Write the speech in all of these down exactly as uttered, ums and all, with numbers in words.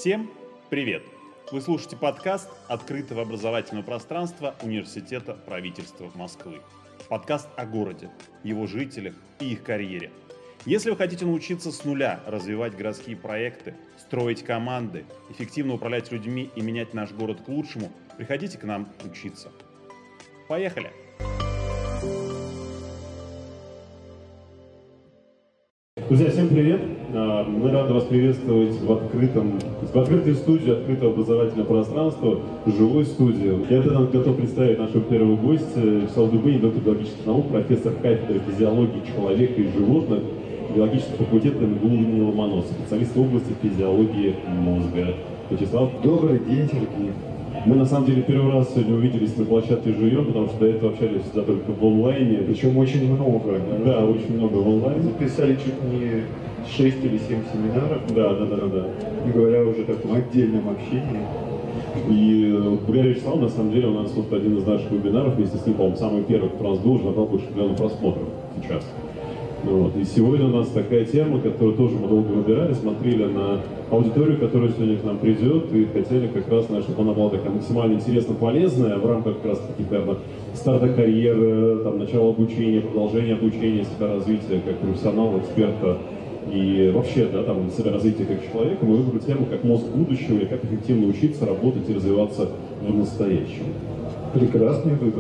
Всем привет! Вы слушаете подкаст открытого образовательного пространства Университета правительства Москвы. Подкаст о городе, его жителях и их карьере. Если вы хотите научиться с нуля развивать городские проекты, строить команды, эффективно управлять людьми и менять наш город к лучшему, приходите к нам учиться. Поехали! Друзья, всем привет! Мы рады вас приветствовать в, открытом, в открытой студии открытого образовательного пространства, живой студии. Я тогда готов представить нашего первого гостя, Вячеслав Дубынин, доктор биологических наук, профессор кафедры физиологии человека и животных, биологического факультета эм гэ у имени Ломоносова, специалист в области физиологии мозга. Вячеслав. Добрый день, Сергей. Мы на самом деле первый раз сегодня увиделись на площадке «Живьем», потому что до этого общались всегда только в онлайне. Причем очень много. Да, очень много в онлайне. Записали чуть не шесть или семь семинаров. Да, да, да, да, да. Не говоря уже о таком отдельном общении. И благодаря Вячеславу, на самом деле, у нас вот один из наших вебинаров, вместе с ним, по-моему, самый первый, который у нас был, уже набрал больше миллиона просмотров сейчас. Вот. И сегодня у нас такая тема, которую тоже мы долго выбирали, смотрели на аудиторию, которая сегодня к нам придет, и хотели как раз, наверное, чтобы она была такая максимально интересно полезная в рамках как раз таки, наверное, старта карьеры, там, начала обучения, продолжения обучения, себя развития как профессионала, эксперта и вообще, да, там, себя развития как человека. Мы выбрали тему как мозг будущего или как эффективно учиться, работать и развиваться в настоящем. Прекрасный выбор.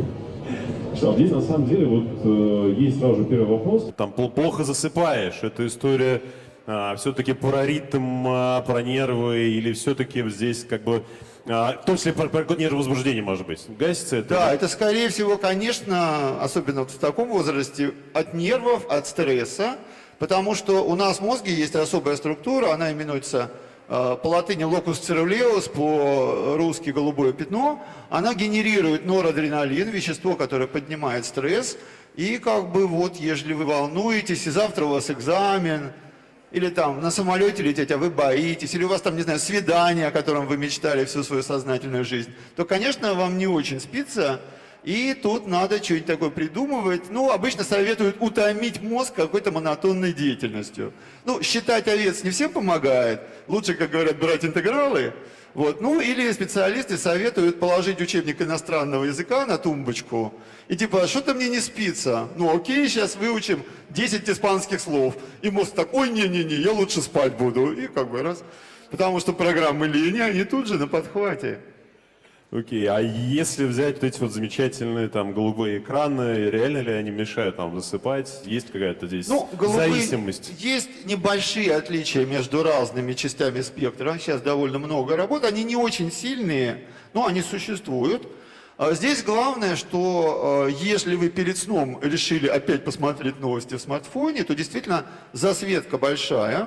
Здесь на самом деле вот э, есть сразу же первый вопрос. Там плохо засыпаешь, эта история а, все-таки про ритм, а, про нервы, или все-таки здесь как бы, а, в том числе про, про нервовозбуждение, может быть, гасится это? Да, это скорее всего, конечно, особенно вот в таком возрасте, от нервов, от стресса, потому что у нас в мозге есть особая структура, она именуется по латыни locus ceruleus, по-русски голубое пятно, она генерирует норадреналин, вещество, которое поднимает стресс, и как бы вот, если вы волнуетесь, и завтра у вас экзамен, или там на самолете лететь, а вы боитесь, или у вас там, не знаю, свидание, о котором вы мечтали всю свою сознательную жизнь, то, конечно, вам не очень спится, и тут надо что-нибудь такое придумывать. Ну, обычно советуют утомить мозг какой-то монотонной деятельностью. Ну, считать овец не всем помогает. Лучше, как говорят, брать интегралы. Вот. Ну, или специалисты советуют положить учебник иностранного языка на тумбочку. И типа, что-то мне не спится. Ну, окей, сейчас выучим десять испанских слов. И мозг так, ой, не-не-не, я лучше спать буду. И как бы раз. Потому что программы лени, они тут же на подхвате. Окей, okay. А если взять вот эти вот замечательные там голубые экраны, реально ли они мешают нам засыпать? Есть какая-то здесь ну, голубые, зависимость? Есть небольшие отличия между разными частями спектра. Сейчас довольно много работ. Они не очень сильные, но они существуют. Здесь главное, что если вы перед сном решили опять посмотреть новости в смартфоне, то действительно засветка большая.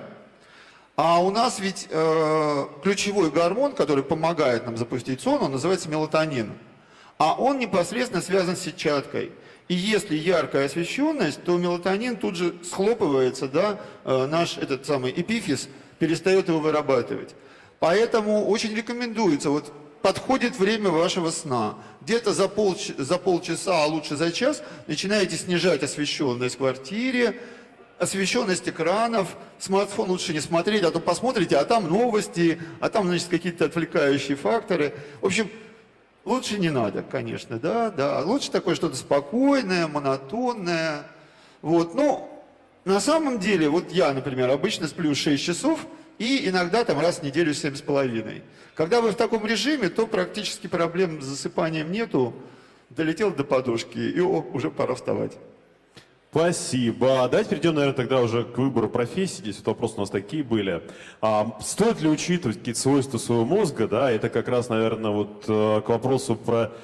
А у нас ведь э, ключевой гормон, который помогает нам запустить сон, он называется мелатонин. А он непосредственно связан с сетчаткой. И если яркая освещенность, то мелатонин тут же схлопывается, да, э, наш этот самый эпифиз перестает его вырабатывать. Поэтому очень рекомендуется, вот подходит время вашего сна. Где-то за, пол, за полчаса, а лучше за час, начинаете снижать освещенность в квартире, освещенность экранов, смартфон лучше не смотреть, а то посмотрите, а там новости, а там, значит, какие-то отвлекающие факторы. В общем, лучше не надо, конечно, да, да. Лучше такое что-то спокойное, монотонное. Вот, ну, на самом деле, вот я, например, обычно сплю шесть часов и иногда там раз в неделю семь с половиной. Когда вы в таком режиме, то практически проблем с засыпанием нету. Долетел до подушки, и о, уже пора вставать. Спасибо. Давайте перейдем, наверное, тогда уже к выбору профессии. Здесь вот вопросы у нас такие были. А, стоит ли учитывать какие-то свойства своего мозга? Да, это как раз, наверное, вот к вопросу про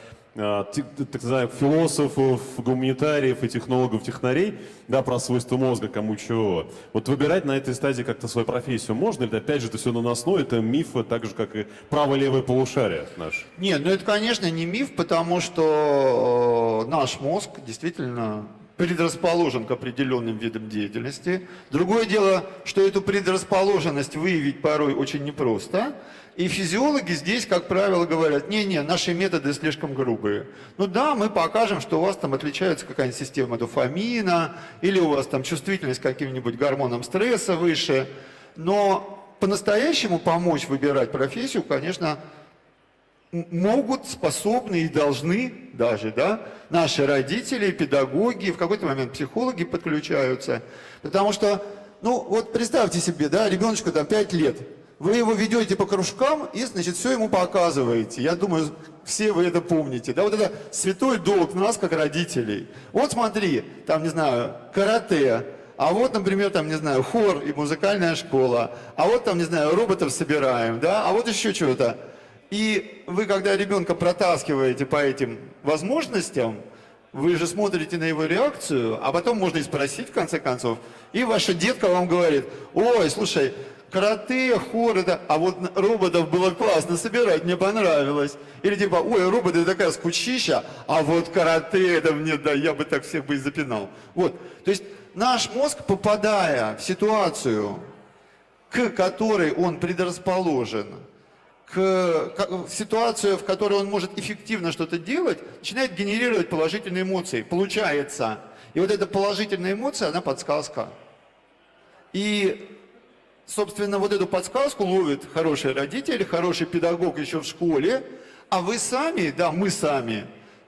так называемых философов, гуманитариев и технологов, технарей, да, про свойства мозга, кому чего. Вот выбирать на этой стадии как-то свою профессию можно? Или опять же это все наносное, это мифы, так же, как и право-левое полушарие наш? Нет, ну это, конечно, не миф, потому что э, наш мозг действительно предрасположен к определенным видам деятельности. Другое дело, что эту предрасположенность выявить порой очень непросто. И физиологи здесь, как правило, говорят, не-не, наши методы слишком грубые. Ну да, мы покажем, что у вас там отличается какая-нибудь система дофамина, или у вас там чувствительность к каким-нибудь гормонам стресса выше, но по-настоящему помочь выбирать профессию, конечно, могут, способны и должны даже, да, наши родители, педагоги, в какой-то момент психологи подключаются. Потому что, ну, вот представьте себе, да, ребеночку там пять лет, вы его ведете по кружкам и, значит, все ему показываете. Я думаю, все вы это помните. Да, вот это святой долг нас, как родителей. Вот смотри, там, не знаю, карате, а вот, например, там, не знаю, хор и музыкальная школа, а вот там, не знаю, роботов собираем, да, а вот еще чего-то. И вы, когда ребенка протаскиваете по этим возможностям, вы же смотрите на его реакцию, а потом можно и спросить, в конце концов, и ваша детка вам говорит: ой, слушай, карате, хор, это, а вот роботов было классно собирать, мне понравилось. Или типа, ой, роботы такая скучища, а вот карате, это мне, да, я бы так всех бы и запинал. Вот, то есть наш мозг, попадая в ситуацию, к которой он предрасположен, к, к, в ситуацию, в которой он может эффективно что-то делать, начинает генерировать положительные эмоции. Получается. И вот эта положительная эмоция, она подсказка. И собственно, вот эту подсказку ловит хороший родитель, хороший педагог еще в школе, а вы сами, да, мы сами,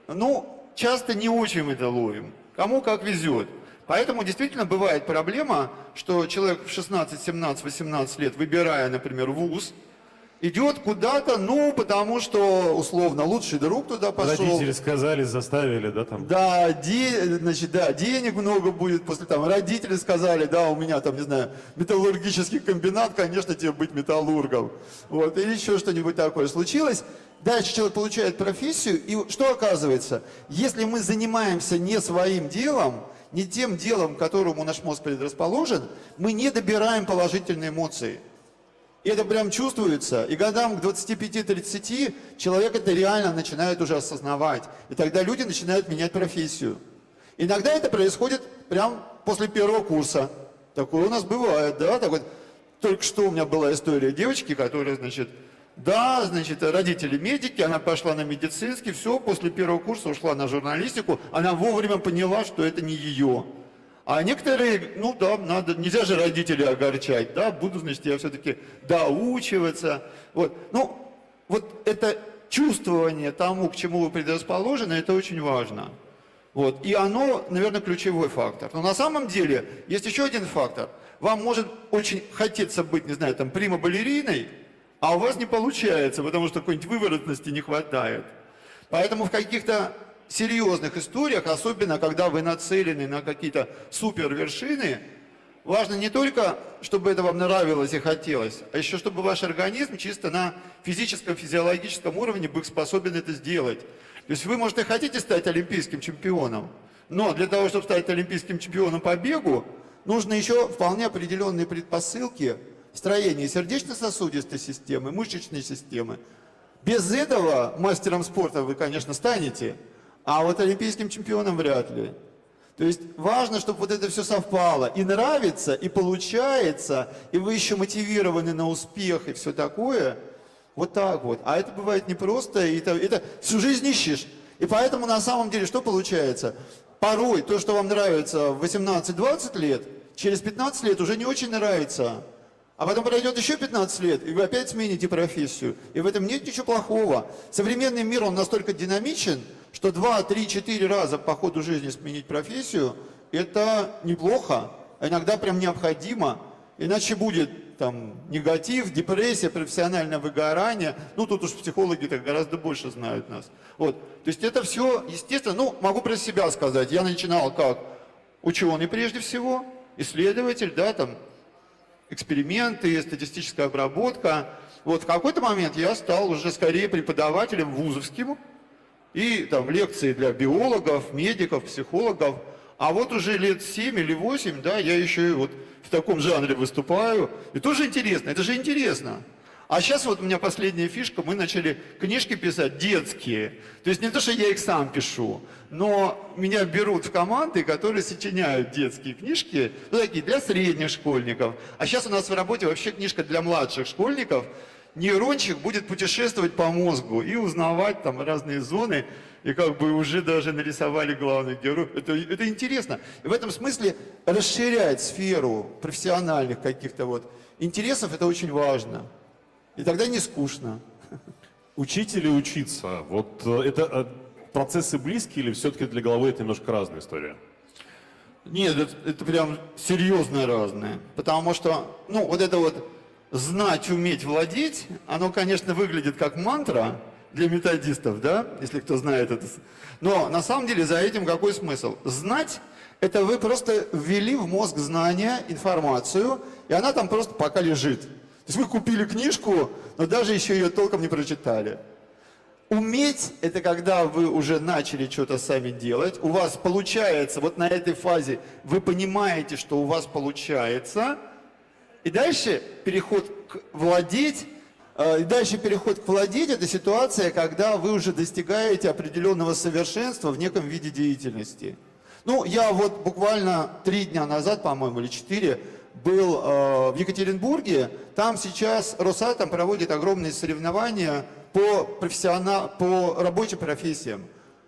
ну, часто не очень это ловим. Кому как везет. Поэтому действительно бывает проблема, что человек в шестнадцать, семнадцать, восемнадцать лет, выбирая, например, вуз, идет куда-то, ну, потому что, условно, лучший друг туда пошел. Родители сказали, заставили, да, там? Да, де, значит, да, денег много будет после там. Родители сказали, да, у меня там, не знаю, металлургический комбинат, конечно, тебе быть металлургом. Вот, или еще что-нибудь такое случилось. Дальше человек получает профессию, и что оказывается? Если мы занимаемся не своим делом, не тем делом, к которому наш мозг предрасположен, мы не добираем положительные эмоции. И это прям чувствуется, и годам к двадцати пяти тридцати человек это реально начинает уже осознавать. И тогда люди начинают менять профессию. Иногда это происходит прям после первого курса. Такое у нас бывает, да? Так вот, только что у меня была история девочки, которая, значит, да, значит, родители медики, она пошла на медицинский, все, после первого курса ушла на журналистику, она вовремя поняла, что это не ее. А некоторые, ну да, надо, нельзя же родителей огорчать, да, буду, значит, я все-таки доучиваться. Вот, ну, вот это чувствование тому, к чему вы предрасположены, это очень важно. Вот, и оно, наверное, ключевой фактор. Но на самом деле есть еще один фактор. Вам может очень хотеться быть, не знаю, там, прима-балериной, а у вас не получается, потому что какой-нибудь выворотности не хватает. Поэтому в каких-то серьезных историях, особенно когда вы нацелены на какие-то супер вершины, важно не только, чтобы это вам нравилось и хотелось, а еще чтобы ваш организм чисто на физическом, физиологическом уровне был способен это сделать. То есть вы, может, и хотите стать олимпийским чемпионом, но для того, чтобы стать олимпийским чемпионом по бегу, нужно еще вполне определенные предпосылки в строении сердечно-сосудистой системы, мышечной системы. Без этого мастером спорта вы, конечно, станете, а вот олимпийским чемпионом вряд ли. То есть важно, чтобы вот это все совпало. И нравится, и получается, и вы еще мотивированы на успех и все такое. Вот так вот. А это бывает непросто, и это, это всю жизнь ищешь. И поэтому на самом деле что получается? Порой то, что вам нравится в восемнадцать-двадцать лет, через пятнадцать лет уже не очень нравится. А потом пройдет еще пятнадцать лет, и вы опять смените профессию. И в этом нет ничего плохого. Современный мир, он настолько динамичен, что два, три, четыре раза по ходу жизни сменить профессию, это неплохо, а иногда прям необходимо. Иначе будет там негатив, депрессия, профессиональное выгорание. Ну, тут уж психологи так гораздо больше знают нас. Вот. То есть это все, естественно, ну, могу про себя сказать. Я начинал как ученый прежде всего, исследователь, да, там, эксперименты, статистическая обработка. Вот в какой-то момент я стал уже скорее преподавателем вузовским, и там лекции для биологов, медиков, психологов. А вот уже лет семь или восемь, да, я еще и вот в таком жанре выступаю. И тоже интересно, это же интересно. А сейчас вот у меня последняя фишка, мы начали книжки писать детские. То есть не то, что я их сам пишу, но меня берут в команды, которые сочиняют детские книжки, ну такие, для средних школьников. А сейчас у нас в работе вообще книжка для младших школьников. нейрончик будет путешествовать по мозгу и узнавать там разные зоны, и как бы уже даже нарисовали главных героев. Это, это интересно. И в этом смысле расширять сферу профессиональных каких-то вот интересов, это очень важно. И тогда не скучно. Учить или учиться? Вот э, это э, процессы близкие или все-таки для головы это немножко разная история? Нет, это, это прям серьезно разное. Потому что, ну, вот это вот знать, уметь, владеть, оно, конечно, выглядит как мантра для методистов, да, если кто знает это. Но на самом деле за этим какой смысл? Знать – это вы просто ввели в мозг знания, информацию, и она там просто пока лежит. То есть вы купили книжку, но даже еще ее толком не прочитали. Уметь – это когда вы уже начали что-то сами делать, у вас получается, вот на этой фазе вы понимаете, что у вас получается, и дальше переход к владеть, и дальше переход к владеть – это ситуация, когда вы уже достигаете определенного совершенства в неком виде деятельности. Ну, я вот буквально три дня назад, по-моему, или четыре, был э, в Екатеринбурге. Там сейчас Росатом проводит огромные соревнования по, профессионал, по рабочим профессиям.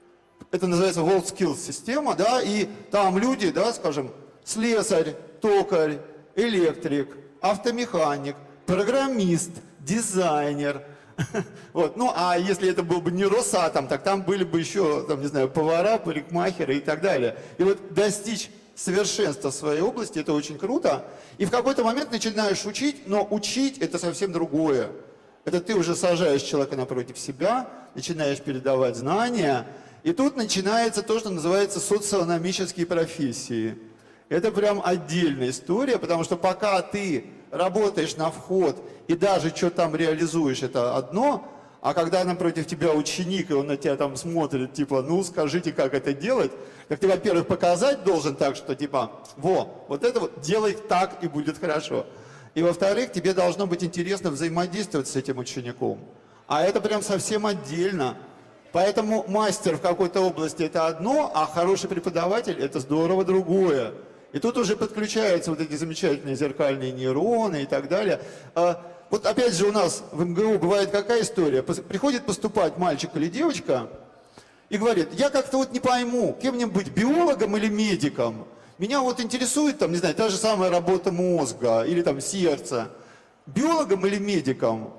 Это называется WorldSkills система, да, и там люди, да, скажем, слесарь, токарь, электрик, автомеханик, программист, дизайнер. Вот. Ну, а если это был бы не Росатом, так там были бы еще, там, не знаю, повара, парикмахеры и так далее. И вот достичь совершенства в своей области, это очень круто. И в какой-то момент начинаешь учить, но учить это совсем другое. Это ты уже сажаешь человека напротив себя, начинаешь передавать знания, и тут начинается то, что называется социономические профессии. Это прям отдельная история, потому что пока ты работаешь на вход и даже что там реализуешь, это одно, а когда напротив тебя ученик, и он на тебя там смотрит, типа, ну скажите, как это делать, так ты, во-первых, показать должен так, что типа, во, вот это вот делай так и будет хорошо. И во-вторых, тебе должно быть интересно взаимодействовать с этим учеником. А это прям совсем отдельно. Поэтому мастер в какой-то области это одно, а хороший преподаватель это здорово другое. И тут уже подключаются вот эти замечательные зеркальные нейроны и так далее. Вот опять же у нас в эм гэ у бывает какая история? Приходит поступать мальчик или девочка и говорит, я как-то вот не пойму, кем мне быть, биологом или медиком? Меня вот интересует, там, не знаю, та же самая работа мозга или там сердца. Биологом или медиком?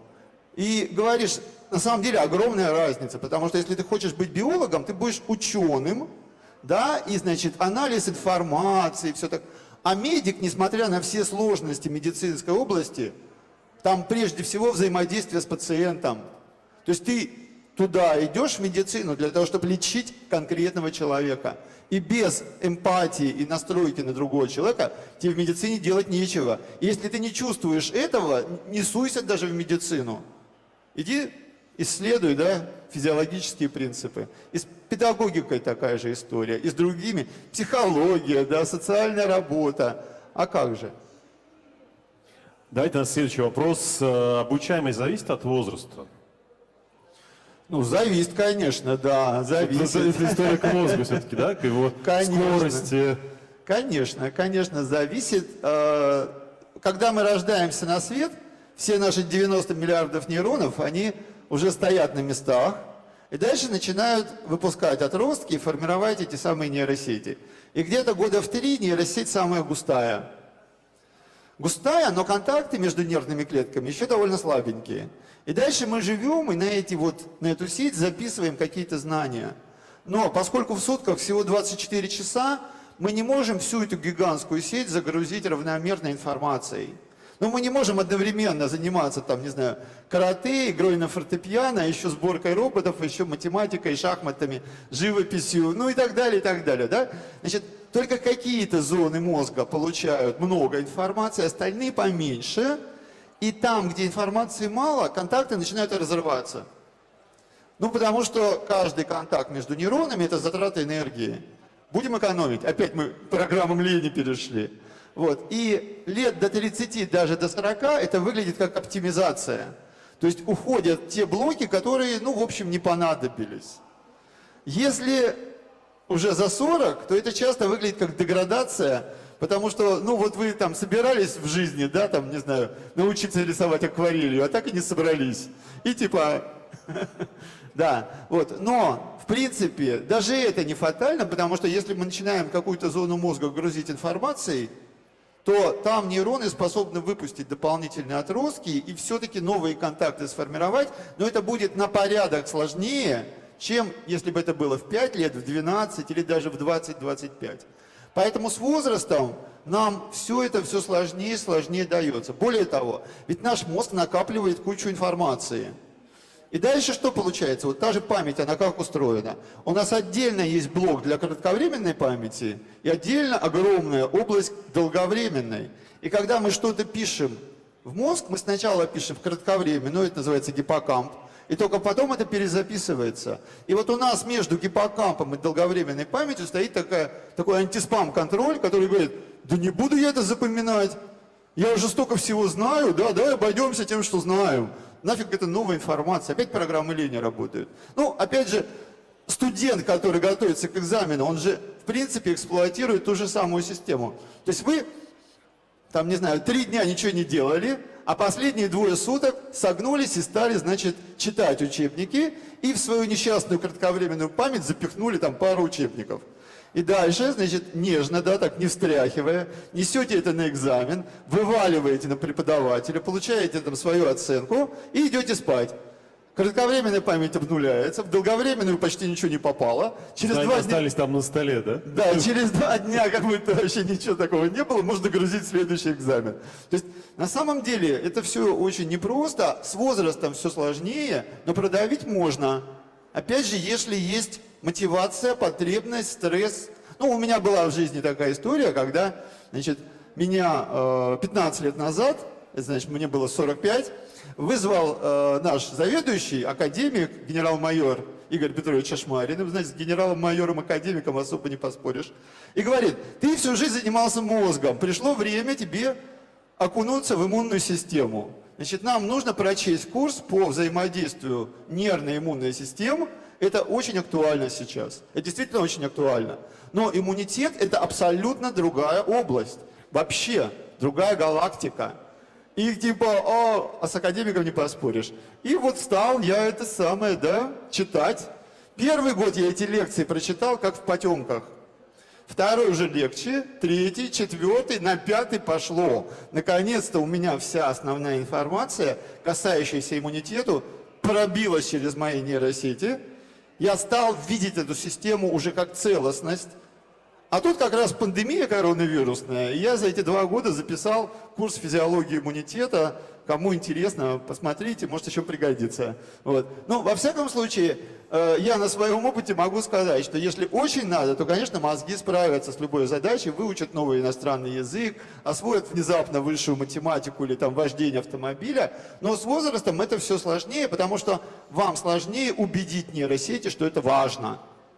И говоришь, на самом деле огромная разница, потому что если ты хочешь быть биологом, ты будешь ученым, да, и, значит, анализ информации, все так. А медик, несмотря на все сложности медицинской области, там прежде всего взаимодействие с пациентом. То есть ты туда идешь в медицину для того, чтобы лечить конкретного человека. И без эмпатии и настройки на другого человека тебе в медицине делать нечего. И если ты не чувствуешь этого, не суйся даже в медицину. Иди исследуй, да, физиологические принципы. И с педагогикой такая же история, и с другими. Психология, да, социальная работа. А как же? Давайте на следующий вопрос. Обучаемость зависит от возраста? Ну, зависит, конечно, да, зависит. Это история к мозгу все-таки, да, к его конечно. скорости. Конечно, конечно, зависит. Когда мы рождаемся на свет, все наши девяносто миллиардов нейронов, они уже стоят на местах, и дальше начинают выпускать отростки и формировать эти самые нейросети. И где-то года в три нейросеть самая густая. Густая, но контакты между нервными клетками еще довольно слабенькие. И дальше мы живем и на, эти вот, на эту сеть записываем какие-то знания. Но поскольку в сутках всего двадцать четыре часа, мы не можем всю эту гигантскую сеть загрузить равномерной информацией. Но мы не можем одновременно заниматься, там, не знаю, карате, игрой на фортепиано, еще сборкой роботов, еще математикой, шахматами, живописью, ну и так далее, и так далее, да? Значит, только какие-то зоны мозга получают много информации, остальные поменьше, и там, где информации мало, контакты начинают разрываться. Ну, потому что каждый контакт между нейронами – это затрата энергии. Будем экономить. Опять мы к программам лени перешли. Вот. И лет до тридцати, даже до сорока, это выглядит как оптимизация. То есть уходят те блоки, которые, ну, в общем, не понадобились. Если уже за сорок, то это часто выглядит как деградация, Потому что, ну вот вы там собирались в жизни, да, там, не знаю, научиться рисовать акварелью, а так и не собрались. И типа, да, вот. Но, в принципе, даже это не фатально, потому что если мы начинаем какую-то зону мозга грузить информацией, то там нейроны способны выпустить дополнительные отростки и все-таки новые контакты сформировать, но это будет на порядок сложнее, чем если бы это было в пять лет, в двенадцать или даже в двадцать-двадцать пять. Поэтому с возрастом нам все это все сложнее и сложнее дается. Более того, ведь наш мозг накапливает кучу информации. И дальше что получается? Вот та же память, она как устроена? У нас отдельно есть блок для кратковременной памяти и отдельно огромная область долговременной. И когда мы что-то пишем в мозг, мы сначала пишем в кратковременную, это называется гиппокамп, и только потом это перезаписывается. И вот у нас между гиппокампом и долговременной памятью стоит такая, такой антиспам-контроль, который говорит, да не буду я это запоминать, я уже столько всего знаю, да, давай обойдемся тем, что знаю. Нафиг это новая информация, опять программы лени работают. Ну, опять же, студент, который готовится к экзамену, он же, в принципе, эксплуатирует ту же самую систему. То есть вы, там, не знаю, три дня ничего не делали, а последние двое суток согнулись и стали, значит, читать учебники, и в свою несчастную кратковременную память запихнули там пару учебников. И дальше, значит, нежно, да, так не встряхивая, несете это на экзамен, вываливаете на преподавателя, получаете там свою оценку и идете спать. Кратковременная память обнуляется, в долговременную почти ничего не попало. Через Знания два остались дня... там на столе, да? Да, через два дня как будто вообще ничего такого не было, можно грузить следующий экзамен. То есть на самом деле это все очень непросто, с возрастом все сложнее, но продавить можно. Опять же, если есть мотивация, потребность, стресс. Ну, у меня была в жизни такая история, когда, значит, меня э, пятнадцать лет назад, значит, мне было сорок пять, вызвал э, наш заведующий, академик, генерал-майор Игорь Петрович Шашмарин, знаете, с генералом-майором, академиком особо не поспоришь, и говорит, ты всю жизнь занимался мозгом, пришло время тебе окунуться в иммунную систему. Значит, нам нужно прочесть курс по взаимодействию нервной и иммунной системы. Это очень актуально сейчас. Это действительно очень актуально. Но иммунитет – это абсолютно другая область. Вообще, другая галактика. И типа, а, а с академиком не поспоришь. И вот стал я это самое, да, читать. Первый год я эти лекции прочитал, как в потемках. Второй уже легче, третий, четвертый, на пятый пошло. Наконец-то у меня вся основная информация, касающаяся иммунитету, пробилась через мои нейросети. Я стал видеть эту систему уже как целостность. А тут как раз пандемия коронавирусная. И я за эти два года записал курс физиологии иммунитета. Кому интересно, посмотрите, может еще пригодится. Вот. Ну, во всяком случае, э, я на своем опыте могу сказать, что если очень надо, то, конечно, мозги справятся с любой задачей, выучат новый иностранный язык, освоят внезапно высшую математику или там вождение автомобиля. Но с возрастом это все сложнее, потому что вам сложнее убедить нейросети, что это важно.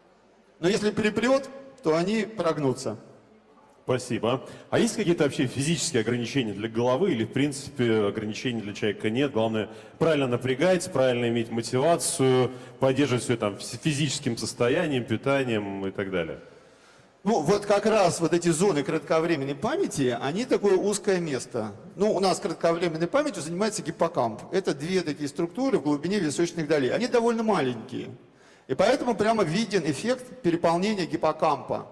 Но если припрет, то они прогнутся. Спасибо. А есть какие-то вообще физические ограничения для головы или, в принципе, ограничений для человека нет? Главное, правильно напрягать, правильно иметь мотивацию, поддерживать все там физическим состоянием, питанием и так далее. Ну, вот как раз вот эти зоны кратковременной памяти, они такое узкое место. Ну, у нас кратковременной памятью занимается гиппокамп. Это две такие структуры в глубине височных долей. Они довольно маленькие. И поэтому прямо виден эффект переполнения гиппокампа.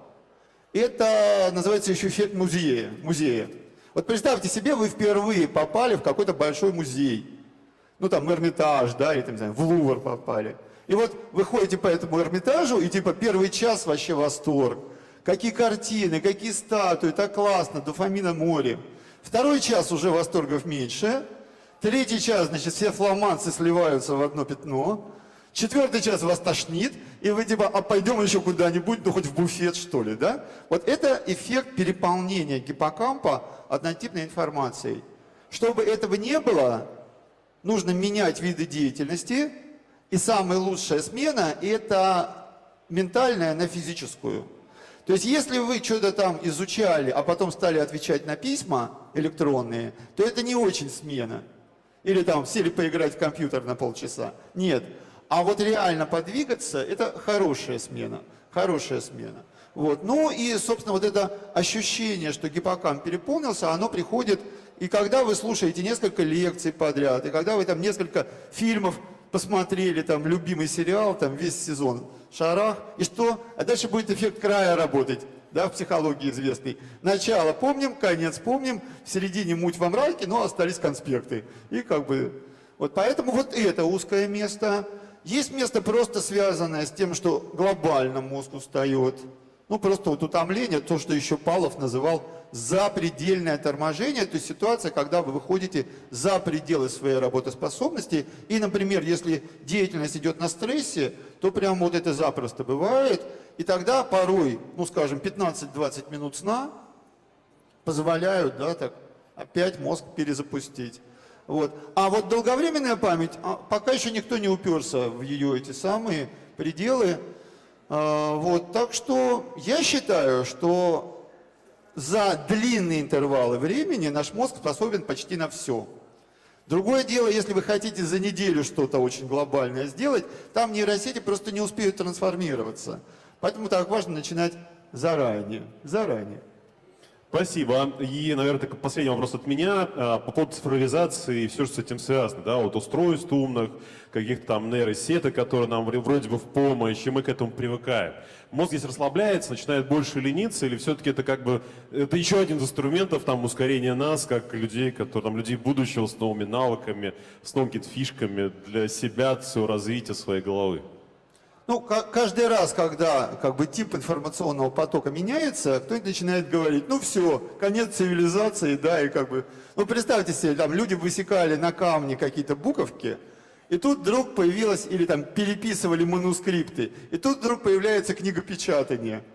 Это называется еще эффект музея. музея. Вот представьте себе, вы впервые попали в какой-то большой музей. Ну там Эрмитаж, да, или там, не знаю, в Лувр попали. И вот вы ходите по этому Эрмитажу, и типа первый час вообще восторг. Какие картины, какие статуи, так классно, дофамина море. Второй час уже восторгов меньше. Третий час, значит, все фламандцы сливаются в одно пятно. Четвертый час вас тошнит, и вы типа, а пойдем еще куда-нибудь, ну хоть в буфет что ли, да? Вот это эффект переполнения гиппокампа однотипной информацией. Чтобы этого не было, нужно менять виды деятельности, и самая лучшая смена – это ментальная на физическую. То есть если вы что-то там изучали, а потом стали отвечать на письма электронные, то это не очень смена. Или там сели поиграть в компьютер на полчаса. Нет. А вот реально подвигаться – это хорошая смена. Хорошая смена. Вот. Ну и, собственно, вот это ощущение, что гиппокамп переполнился, оно приходит, и когда вы слушаете несколько лекций подряд, и когда вы там несколько фильмов посмотрели, там, любимый сериал, там, весь сезон «Шарах», и что? А дальше будет эффект края работать, да, в психологии известный. Начало помним, конец помним, в середине муть во мраке, но остались конспекты. И как бы, вот поэтому вот это узкое место. Есть место просто связанное с тем, что глобально мозг устает. Ну, просто вот утомление, то, что еще Павлов называл запредельное торможение, то есть ситуация, когда вы выходите за пределы своей работоспособности. И, например, если деятельность идет на стрессе, то прям вот это запросто бывает. И тогда порой, ну, скажем, пятнадцать-двадцать минут сна позволяют, да, так, опять мозг перезапустить. Вот. А вот долговременная память, пока еще никто не уперся в ее эти самые пределы. Вот, так что я считаю, что за длинные интервалы времени наш мозг способен почти на все. Другое дело, если вы хотите за неделю что-то очень глобальное сделать, там нейросети просто не успеют трансформироваться. Поэтому так важно начинать заранее. Заранее. Спасибо. И, наверное, такой последний вопрос от меня по поводу цифровизации и все, что с этим связано. Да, вот устройств умных, каких-то там нейросеток, которые нам вроде бы в помощь, и мы к этому привыкаем. Мозг здесь расслабляется, начинает больше лениться, или все-таки это как бы, это еще один из инструментов там ускорения нас, как людей, которые, там, людей будущего с новыми навыками, с новыми какими-то фишками для себя, своего развития своей головы? Ну, каждый раз, когда как бы тип информационного потока меняется, кто-нибудь начинает говорить, ну все, конец цивилизации, да, и как бы, ну представьте себе, там люди высекали на камне какие-то буковки, и тут вдруг появилось, или там переписывали манускрипты, и тут вдруг появляется книгопечатание.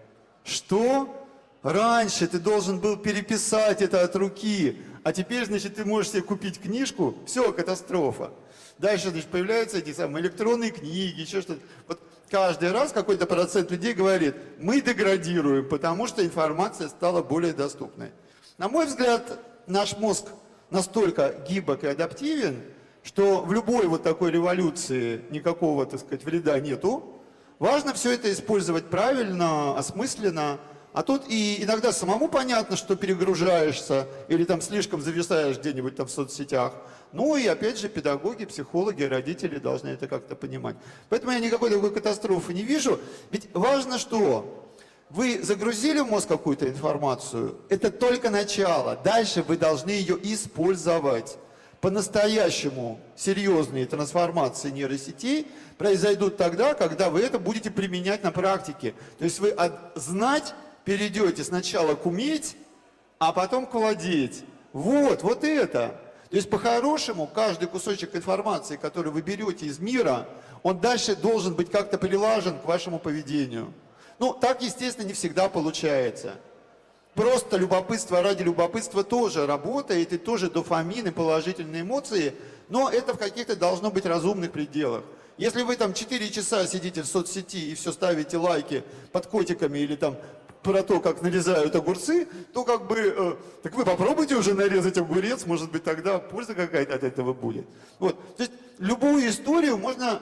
Что? Раньше ты должен был переписать это от руки, а теперь, значит, ты можешь себе купить книжку, все, катастрофа. Дальше, значит, появляются эти самые электронные книги, еще что-то. Вот каждый раз какой-то процент людей говорит, мы деградируем, потому что информация стала более доступной. На мой взгляд, наш мозг настолько гибок и адаптивен, что в любой вот такой революции никакого, так сказать, вреда нету. Важно все это использовать правильно, осмысленно. А тут и иногда самому понятно, что перегружаешься или там слишком зависаешь где-нибудь там в соцсетях. Ну и опять же педагоги, психологи, родители должны это как-то понимать. Поэтому я никакой такой катастрофы не вижу. Ведь важно что? Вы загрузили в мозг какую-то информацию, это только начало. Дальше вы должны ее использовать. По-настоящему серьезные трансформации нейросетей произойдут тогда, когда вы это будете применять на практике. То есть вы от знать перейдете сначала к уметь, а потом к владеть. Вот, вот это. То есть по-хорошему каждый кусочек информации, который вы берете из мира, он дальше должен быть как-то прилажен к вашему поведению. Ну, так, естественно, не всегда получается. Просто любопытство ради любопытства тоже работает, и тоже дофамин, и положительные эмоции, но это в каких-то должно быть разумных пределах. Если вы там четыре часа сидите в соцсети и все ставите лайки под котиками или там про то, как нарезают огурцы, то как бы, э, так вы попробуйте уже нарезать огурец, может быть тогда польза какая-то от этого будет. Вот. То есть любую историю можно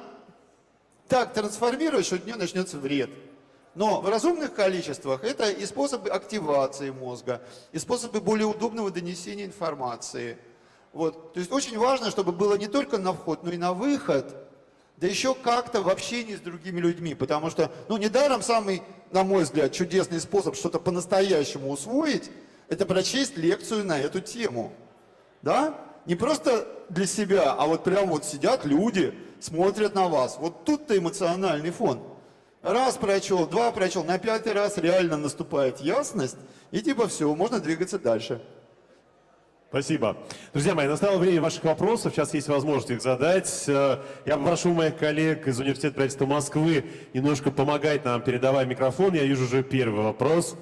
так трансформировать, что от нее начнется вред. Но в разумных количествах это и способы активации мозга, и способы более удобного донесения информации. Вот. То есть очень важно, чтобы было не только на вход, но и на выход, да еще как-то в общении с другими людьми. Потому что, ну, недаром самый, на мой взгляд, чудесный способ что-то по-настоящему усвоить, это прочесть лекцию на эту тему. Да? Не просто для себя, а вот прям вот сидят люди, смотрят на вас. Вот тут-то эмоциональный фон. Раз прочел, два прочел, на пятый раз реально наступает ясность, и типа все, можно двигаться дальше. Спасибо. Друзья мои, настало время ваших вопросов, сейчас есть возможность их задать. Я попрошу моих коллег из Университета правительства Москвы немножко помогать нам, передавая микрофон. Я вижу уже первый вопрос,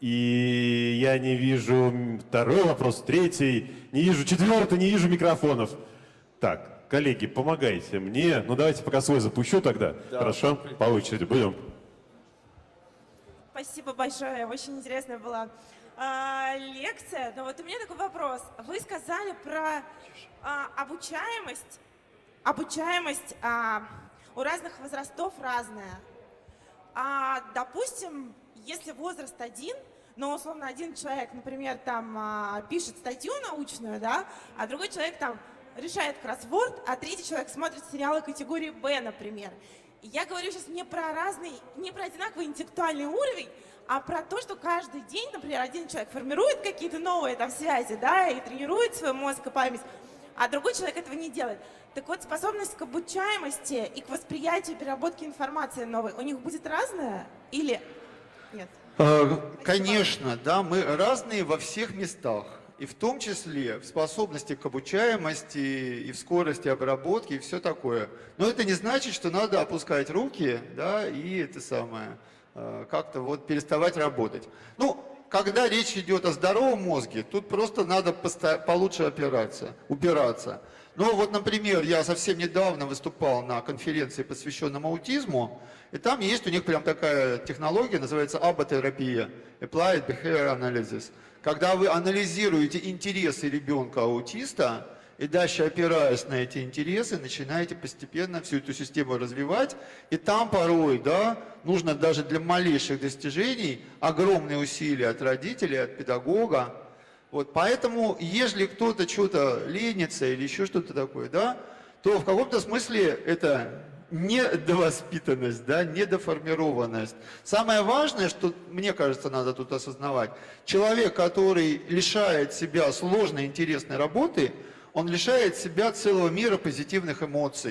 и я не вижу второй вопрос, третий, не вижу четвертый, не вижу микрофонов. Так. Коллеги, помогайте мне. Ну, давайте пока свой запущу тогда. Да. Хорошо? По очереди будем. Спасибо большое. Очень интересная была а, лекция. Но вот у меня такой вопрос. Вы сказали про а, обучаемость. Обучаемость а, у разных возрастов разная. А, допустим, если возраст один, но условно один человек, например, там а, пишет статью научную, да, а другой человек там решает кроссворд, а третий человек смотрит сериалы категории Б, например. И я говорю сейчас не про разный, не про одинаковый интеллектуальный уровень, а про то, что каждый день, например, один человек формирует какие-то новые там связи, да, и тренирует свой мозг и память, а другой человек этого не делает. Так вот, способность к обучаемости и к восприятию, переработке информации новой у них будет разная или нет? Конечно, да, мы разные во всех местах. И в том числе в способности к обучаемости и в скорости обработки и все такое. Но это не значит, что надо опускать руки, да, и это самое, как-то вот переставать работать. Ну, когда речь идет о здоровом мозге, тут просто надо получше опираться, убираться. Ну вот, например, я совсем недавно выступал на конференции, посвященной аутизму, и там есть у них прям такая технология, называется аботерапия, Applied Behavior Analysis. Когда вы анализируете интересы ребенка-аутиста, и дальше, опираясь на эти интересы, начинаете постепенно всю эту систему развивать. И там порой, да, нужно даже для малейших достижений огромные усилия от родителей, от педагога. Вот, поэтому, если кто-то что-то ленится или еще что-то такое, да, то в каком-то смысле это недовоспитанность, да, недоформированность. Самое важное, что, мне кажется, надо тут осознавать, человек, который лишает себя сложной, интересной работы, он лишает себя целого мира позитивных эмоций.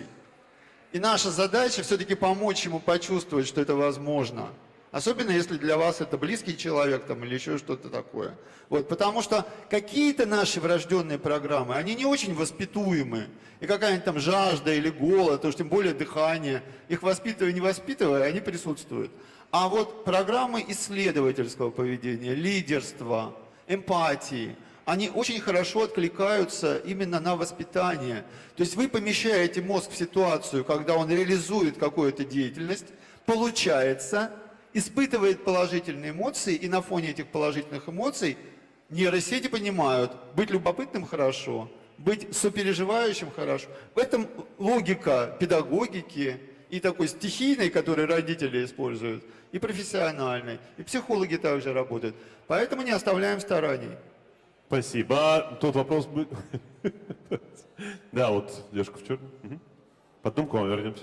И наша задача все-таки помочь ему почувствовать, что это возможно. Особенно, если для вас это близкий человек там, или еще что-то такое. Вот, потому что какие-то наши врожденные программы, они не очень воспитуемы. И какая-нибудь там жажда или голод, то, что тем более дыхание, их воспитывая, не воспитывая, они присутствуют. А вот программы исследовательского поведения, лидерства, эмпатии, они очень хорошо откликаются именно на воспитание. То есть вы помещаете мозг в ситуацию, когда он реализует какую-то деятельность, получается, испытывает положительные эмоции, и на фоне этих положительных эмоций нейросети понимают, быть любопытным хорошо, быть сопереживающим хорошо. В этом логика педагогики и такой стихийной, которую родители используют, и профессиональной, и психологи также работают. Поэтому не оставляем стараний. Спасибо. Тот вопрос будет... Да, вот девушка в черном. Потом к вам вернемся.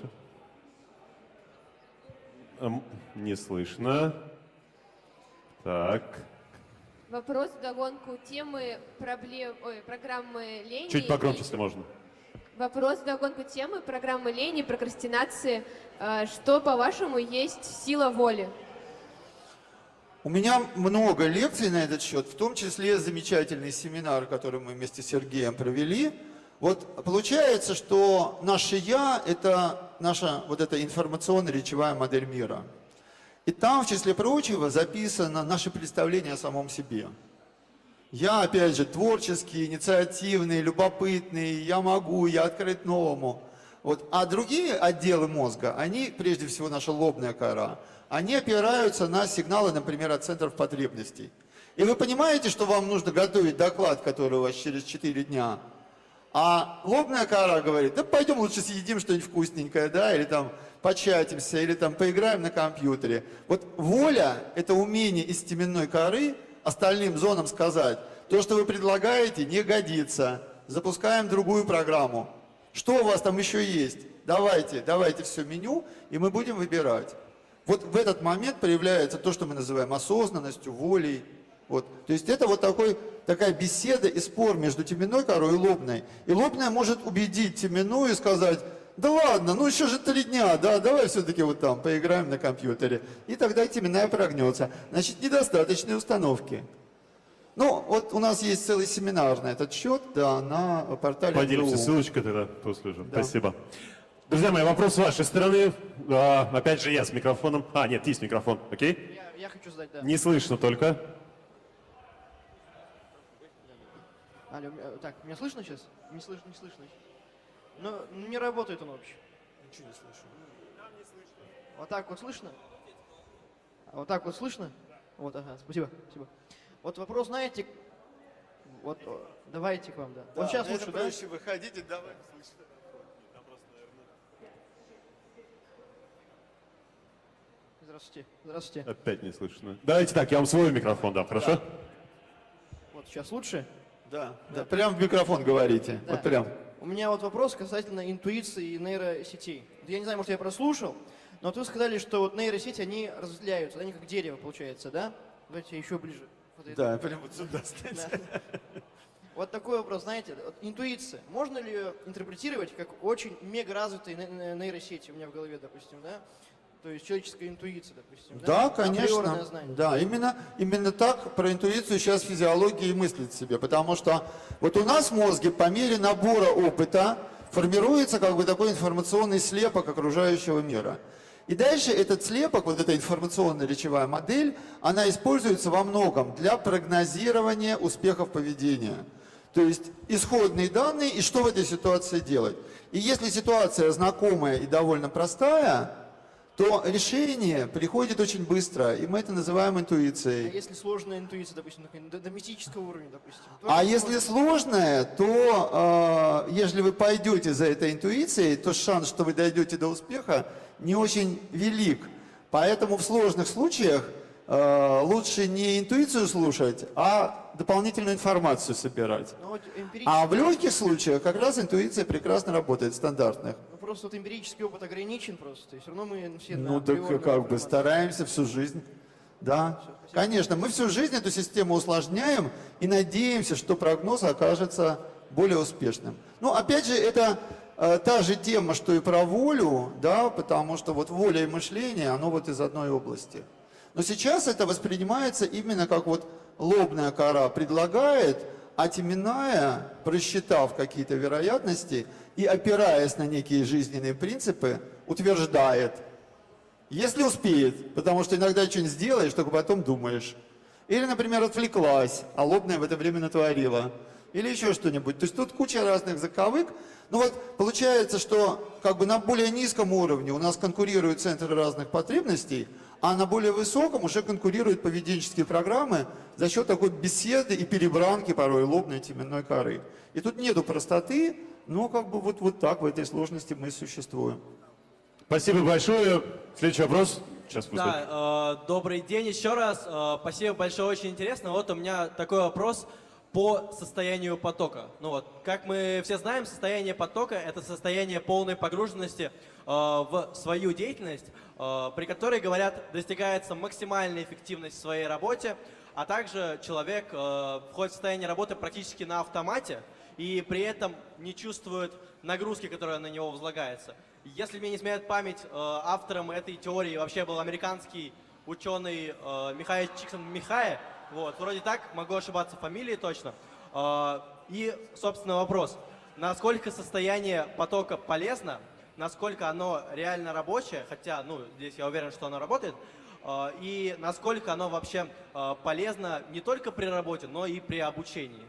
Не слышно. Так. Вопрос вдогонку темы проблем, ой, программы лени. Чуть погромче, если можно. Вопрос вдогонку темы программы лени, прокрастинации. Что, по-вашему, есть сила воли? У меня много лекций на этот счет, в том числе замечательный семинар, который мы вместе с Сергеем провели. Вот получается, что наше «я» — это наша вот эта информационно-речевая модель мира. И там, в числе прочего, записано наше представление о самом себе. Я, опять же, творческий, инициативный, любопытный, я могу, я открыт новому. Вот. А другие отделы мозга, они, прежде всего, наша лобная кора, они опираются на сигналы, например, от центров потребностей. И вы понимаете, что вам нужно готовить доклад, который у вас через четыре дня. А лобная кора говорит, да пойдем лучше съедим что-нибудь вкусненькое, да, или там початимся, или там поиграем на компьютере. Вот воля – это умение из теменной коры остальным зонам сказать, то, что вы предлагаете, не годится, запускаем другую программу. Что у вас там еще есть? Давайте, давайте все меню, и мы будем выбирать. Вот в этот момент проявляется то, что мы называем осознанностью, волей. Вот. То есть это вот такой, такая беседа и спор между теменной корой и лобной. И лобная может убедить теменную и сказать, да ладно, ну еще же три дня, да, давай все-таки вот там поиграем на компьютере. И тогда теменная прогнется. Значит, недостаточные установки. Ну, вот у нас есть целый семинар на этот счет, да, на портале. Поделимся ссылочкой тогда после уже. Да. Спасибо. Друзья мои, вопрос с вашей стороны. А, опять же, я с микрофоном. А, нет, есть микрофон, окей? Я, я хочу задать, да. Не слышно только. Алло, так, меня слышно сейчас? Не слышно, не слышно. Ну, не работает он вообще. Ничего не слышу. Не слышно. Вот так вот слышно? А вот так вот слышно? Вот, ага, спасибо, спасибо. Вот вопрос, знаете, вот, давайте к вам, да. Да, вот сейчас лучше, это да? проще, выходите, давай, слышно. Здравствуйте. Здравствуйте. Опять не слышно. Давайте так, я вам свой микрофон дам, хорошо? Да. Вот сейчас лучше? Да, да, прям в микрофон говорите. Да. Вот прям. У меня вот вопрос касательно интуиции и нейросетей. Я не знаю, может, я прослушал, но вот вы сказали, что вот нейросети, они разветвляются, они как дерево, получается, да? Давайте еще ближе. Вот это. Да, прям вот сюда ставьте. Да. Вот такой вопрос, знаете, вот интуиция. Можно ли ее интерпретировать как очень мега развитые нейросети у меня в голове, допустим, да? То есть человеческая интуиция, допустим. Да, да? конечно. Знание. Да, именно, именно так про интуицию сейчас физиология и мыслит себе. Потому что вот у нас в мозге по мере набора опыта формируется как бы такой информационный слепок окружающего мира. И дальше этот слепок, вот эта информационная речевая модель, она используется во многом для прогнозирования успехов поведения. То есть исходные данные и что в этой ситуации делать. И если ситуация знакомая и довольно простая, то решение приходит очень быстро, и мы это называем интуицией. А если сложная интуиция, допустим, до, до мистического уровня, допустим? А если сложная, то э, если вы пойдете за этой интуицией, то шанс, что вы дойдете до успеха, не очень велик. Поэтому в сложных случаях э, лучше не интуицию слушать, а дополнительную информацию собирать. Ну, вот А в легких случаях как раз интуиция прекрасно работает, стандартных. Ну, просто вот эмпирический опыт ограничен просто, и все равно мы все... Ну так как бы стараемся всю жизнь. Да, Все, конечно, мы всю жизнь эту систему усложняем и надеемся, что прогноз окажется более успешным. Ну, опять же, это э, та же тема, что и про волю, да, потому что вот воля и мышление, оно вот из одной области. Но сейчас это воспринимается именно как вот лобная кора предлагает, а теменная, просчитав какие-то вероятности и опираясь на некие жизненные принципы, утверждает, если успеет, потому что иногда что-нибудь сделаешь, только потом думаешь. Или, например, отвлеклась, а лобная в это время натворила. Или еще что-нибудь. То есть тут куча разных заковык. Ну вот получается, что как бы на более низком уровне у нас конкурируют центры разных потребностей, а на более высоком уже конкурируют поведенческие программы за счет такой беседы и перебранки порой лобной теменной коры. И тут нету простоты, но как бы вот, вот так в этой сложности мы существуем. Спасибо большое. Следующий вопрос. Сейчас Да, э, добрый день еще раз. Э, спасибо большое, очень интересно. Вот у меня такой вопрос по состоянию потока. Ну вот, как мы все знаем, состояние потока – это состояние полной погруженности э, в свою деятельность, э, при которой, говорят, достигается максимальная эффективность в своей работе, а также человек э, входит в состояние работы практически на автомате и при этом не чувствует нагрузки, которая на него возлагается. Если мне не изменяет память, э, автором этой теории вообще был американский ученый э, Михай Чиксентмихай. Вот, вроде так, могу ошибаться в фамилии точно. Э, и, собственно, вопрос. Насколько состояние потока полезно, насколько оно реально рабочее, хотя, ну, здесь я уверен, что оно работает, э, и насколько оно вообще э, полезно не только при работе, но и при обучении.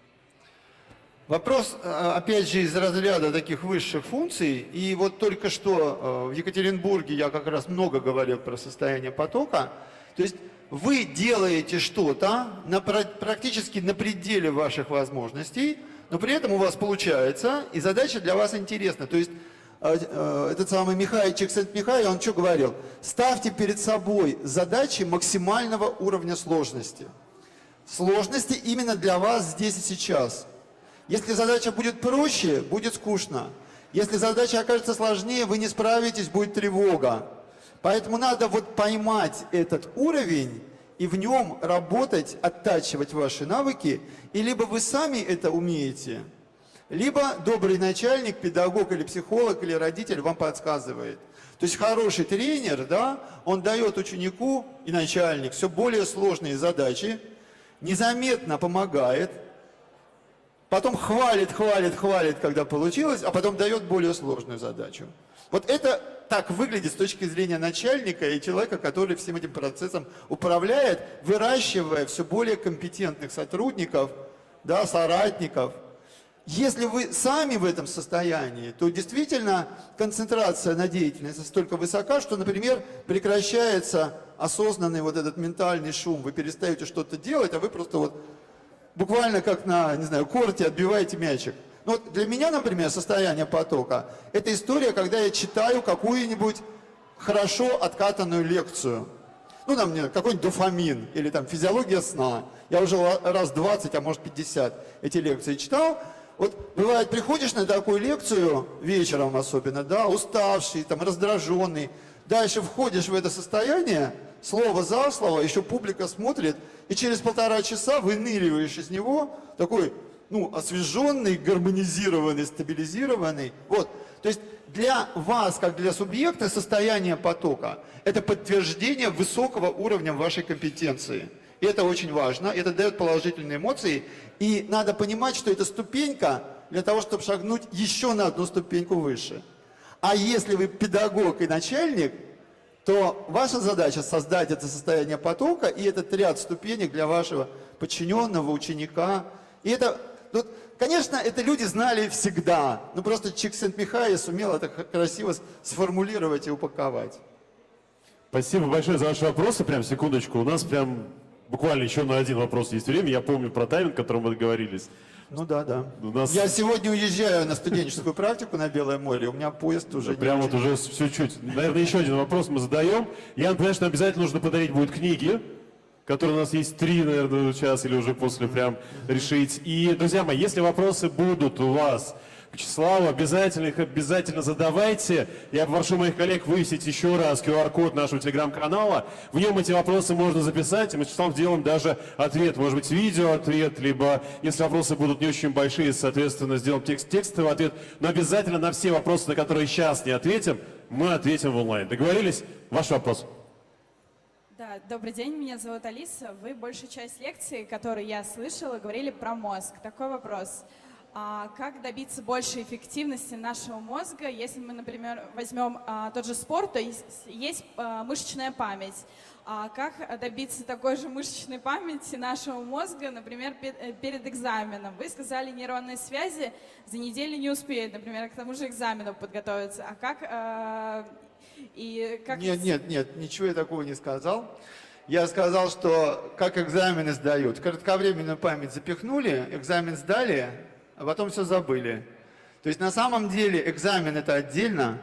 Вопрос, опять же, из разряда таких высших функций. И вот только что в Екатеринбурге я как раз много говорил про состояние потока. То есть вы делаете что-то на, практически на пределе ваших возможностей, но при этом у вас получается, и задача для вас интересна. То есть этот самый Михай Чиксентмихай, он что говорил? Ставьте перед собой задачи максимального уровня сложности. Сложности именно для вас здесь и сейчас. Если задача будет проще, будет скучно. Если задача окажется сложнее, вы не справитесь, будет тревога. Поэтому надо вот поймать этот уровень и в нем работать, оттачивать ваши навыки. И либо вы сами это умеете, либо добрый начальник, педагог или психолог, или родитель вам подсказывает. То есть хороший тренер, да, он дает ученику и начальник все более сложные задачи, незаметно помогает, потом хвалит, хвалит, хвалит, когда получилось, а потом дает более сложную задачу. Вот это так выглядит с точки зрения начальника и человека, который всем этим процессом управляет, выращивая все более компетентных сотрудников, да, соратников. Если вы сами в этом состоянии, то действительно концентрация на деятельности настолько высока, что, например, прекращается осознанный вот этот ментальный шум. Вы перестаете что-то делать, а вы просто вот буквально как на, не знаю, корте отбиваете мячик. Ну, вот для меня, например, состояние потока – это история, когда я читаю какую-нибудь хорошо откатанную лекцию. Ну, там, какой-нибудь дофамин или там физиология сна. Я уже раз двадцать, а может пятьдесят эти лекции читал. Вот бывает, приходишь на такую лекцию, вечером особенно, да, уставший, там, раздраженный. Дальше входишь в это состояние, слово за слово, еще публика смотрит, и через полтора часа выныриваешь из него, такой, ну, освеженный, гармонизированный, стабилизированный. Вот, то есть для вас, как для субъекта, состояние потока – это подтверждение высокого уровня вашей компетенции. И это очень важно, это дает положительные эмоции. И надо понимать, что это ступенька для того, чтобы шагнуть еще на одну ступеньку выше. А если вы педагог и начальник, то ваша задача создать это состояние потока и этот ряд ступенек для вашего подчиненного, ученика. И это, ну, конечно, это люди знали всегда, но просто Чиксент-Михай сумел это красиво сформулировать и упаковать. Спасибо большое за ваши вопросы. Прям секундочку. У нас прям буквально еще на один вопрос есть время. Я помню про тайминг, о котором мы договорились. Ну да, да. У нас... Я сегодня уезжаю на студенческую практику на Белое море, у меня поезд уже... Прям вот уже чуть-чуть. Наверное, еще один вопрос мы задаем. Я напоминаю, что обязательно нужно подарить будет книги, которые у нас есть три, наверное, сейчас или уже после прям решить. И, друзья мои, если вопросы будут у вас к Вячеславу, обязательно их обязательно задавайте. Я попрошу моих коллег вывесить еще раз ку ар код нашего телеграм-канала. В нем эти вопросы можно записать, и мы с Вячеславом сделаем даже ответ. Может быть, видео-ответ, либо, если вопросы будут не очень большие, соответственно, сделаем текст, текстовый ответ. Но обязательно на все вопросы, на которые сейчас не ответим, мы ответим в онлайн. Договорились? Ваш вопрос. Да, добрый день, меня зовут Алиса. Вы большую часть лекции, которую я слышала, говорили про мозг. Такой вопрос. А как добиться большей эффективности нашего мозга, если мы, например, возьмем а, тот же спорт, то есть, есть а, мышечная память. А как добиться такой же мышечной памяти нашего мозга, например, пе- перед экзаменом? Вы сказали, нейронные связи за неделю не успеют, например, к тому же экзамену подготовиться. А как... А, и как... Нет, нет, нет, ничего я такого не сказал. Я сказал, что как экзамены сдают. Кратковременную память запихнули, экзамен сдали, а потом все забыли. То есть на самом деле экзамен это отдельно,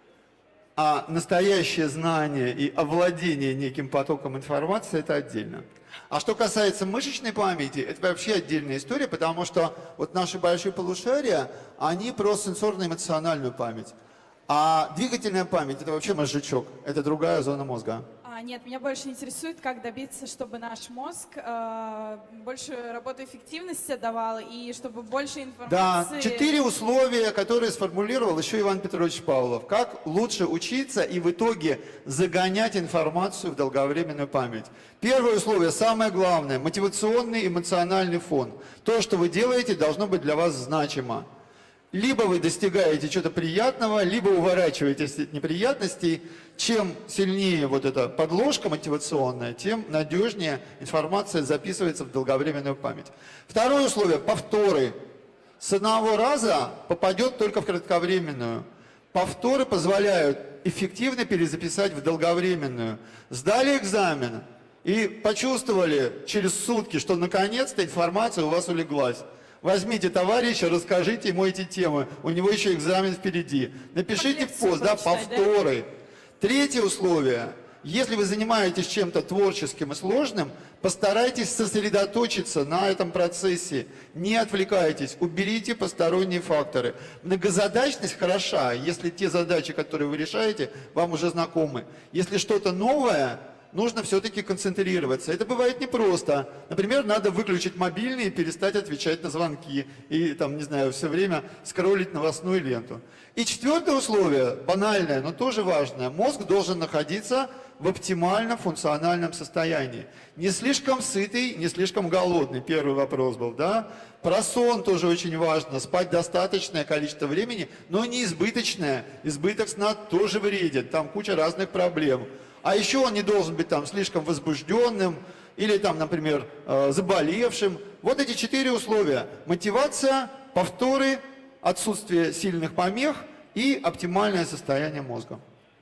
а настоящее знание и овладение неким потоком информации это отдельно. А что касается мышечной памяти, это вообще отдельная история, потому что вот наши большие полушария, они про сенсорно-эмоциональную память. А двигательная память это вообще мозжечок, это другая зона мозга. А, нет, меня больше интересует, как добиться, чтобы наш мозг э, больше работу эффективности давал и чтобы больше информации... Да, четыре условия, которые сформулировал еще Иван Петрович Павлов. Как лучше учиться и в итоге загонять информацию в долговременную память. Первое условие, самое главное, мотивационный эмоциональный фон. То, что вы делаете, должно быть для вас значимо. Либо вы достигаете чего-то приятного, либо уворачиваетесь от неприятностей. Чем сильнее вот эта подложка мотивационная, тем надежнее информация записывается в долговременную память. Второе условие – повторы. С одного раза попадет только в кратковременную. Повторы позволяют эффективно перезаписать в долговременную. Сдали экзамен и почувствовали через сутки, что наконец-то информация у вас улеглась. Возьмите товарища, расскажите ему эти темы. У него еще экзамен впереди. Напишите в пост, да, повторы. Третье условие. Если вы занимаетесь чем-то творческим и сложным, постарайтесь сосредоточиться на этом процессе. Не отвлекайтесь, уберите посторонние факторы. Многозадачность хороша, если те задачи, которые вы решаете, вам уже знакомы. Если что-то новое, нужно все-таки концентрироваться. Это бывает непросто. Например, надо выключить мобильный и перестать отвечать на звонки. И, там, не знаю, все время скроллить новостную ленту. И четвертое условие, банальное, но тоже важное. Мозг должен находиться в оптимальном функциональном состоянии. Не слишком сытый, не слишком голодный. Первый вопрос был, да? Про сон тоже очень важно. Спать достаточное количество времени, но не избыточное. Избыток сна тоже вреден. Там куча разных проблем. А еще он не должен быть там слишком возбужденным или там, например, заболевшим. Вот эти четыре условия. Мотивация, повторы, отсутствие сильных помех и оптимальное состояние мозга.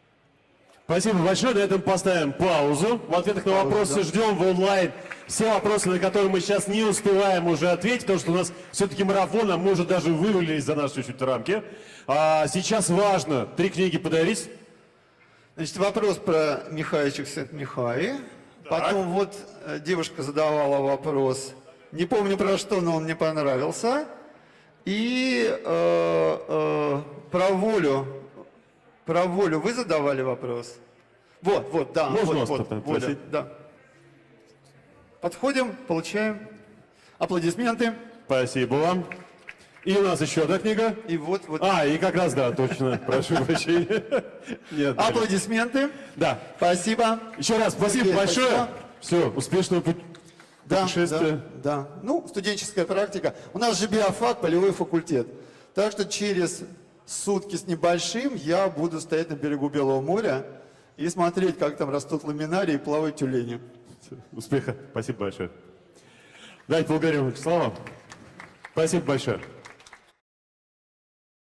Спасибо большое. На этом поставим паузу. В ответах на вопросы ждем в онлайн все вопросы, на которые мы сейчас не успеваем уже ответить, потому что у нас все-таки марафон, а мы уже даже вывалились за наши чуть-чуть рамки. А сейчас важно три книги подарить. Значит, вопрос про Михаила Чиксент-Михаи. Потом вот э, девушка задавала вопрос, не помню про что, но он мне понравился. И э, э, про волю. Про волю вы задавали вопрос? Вот, вот, да. Можно вот, вас вот, попросить? воля, да. Подходим, получаем аплодисменты. Спасибо вам. И у нас еще одна книга. И вот, вот. А, и как раз, да, точно. Прошу прощения. Нет, Аплодисменты. Да. Спасибо. Еще раз спасибо Сергей, большое. спасибо. Все, успешного пу- Да, путешествия. да, да. Ну, студенческая практика. У нас же биофак, полевой факультет. Так что через сутки с небольшим я буду стоять на берегу Белого моря и смотреть, как там растут ламинарии и плавают тюлени. Успеха. Спасибо большое. Давайте благодарим Вячеслава. Спасибо большое.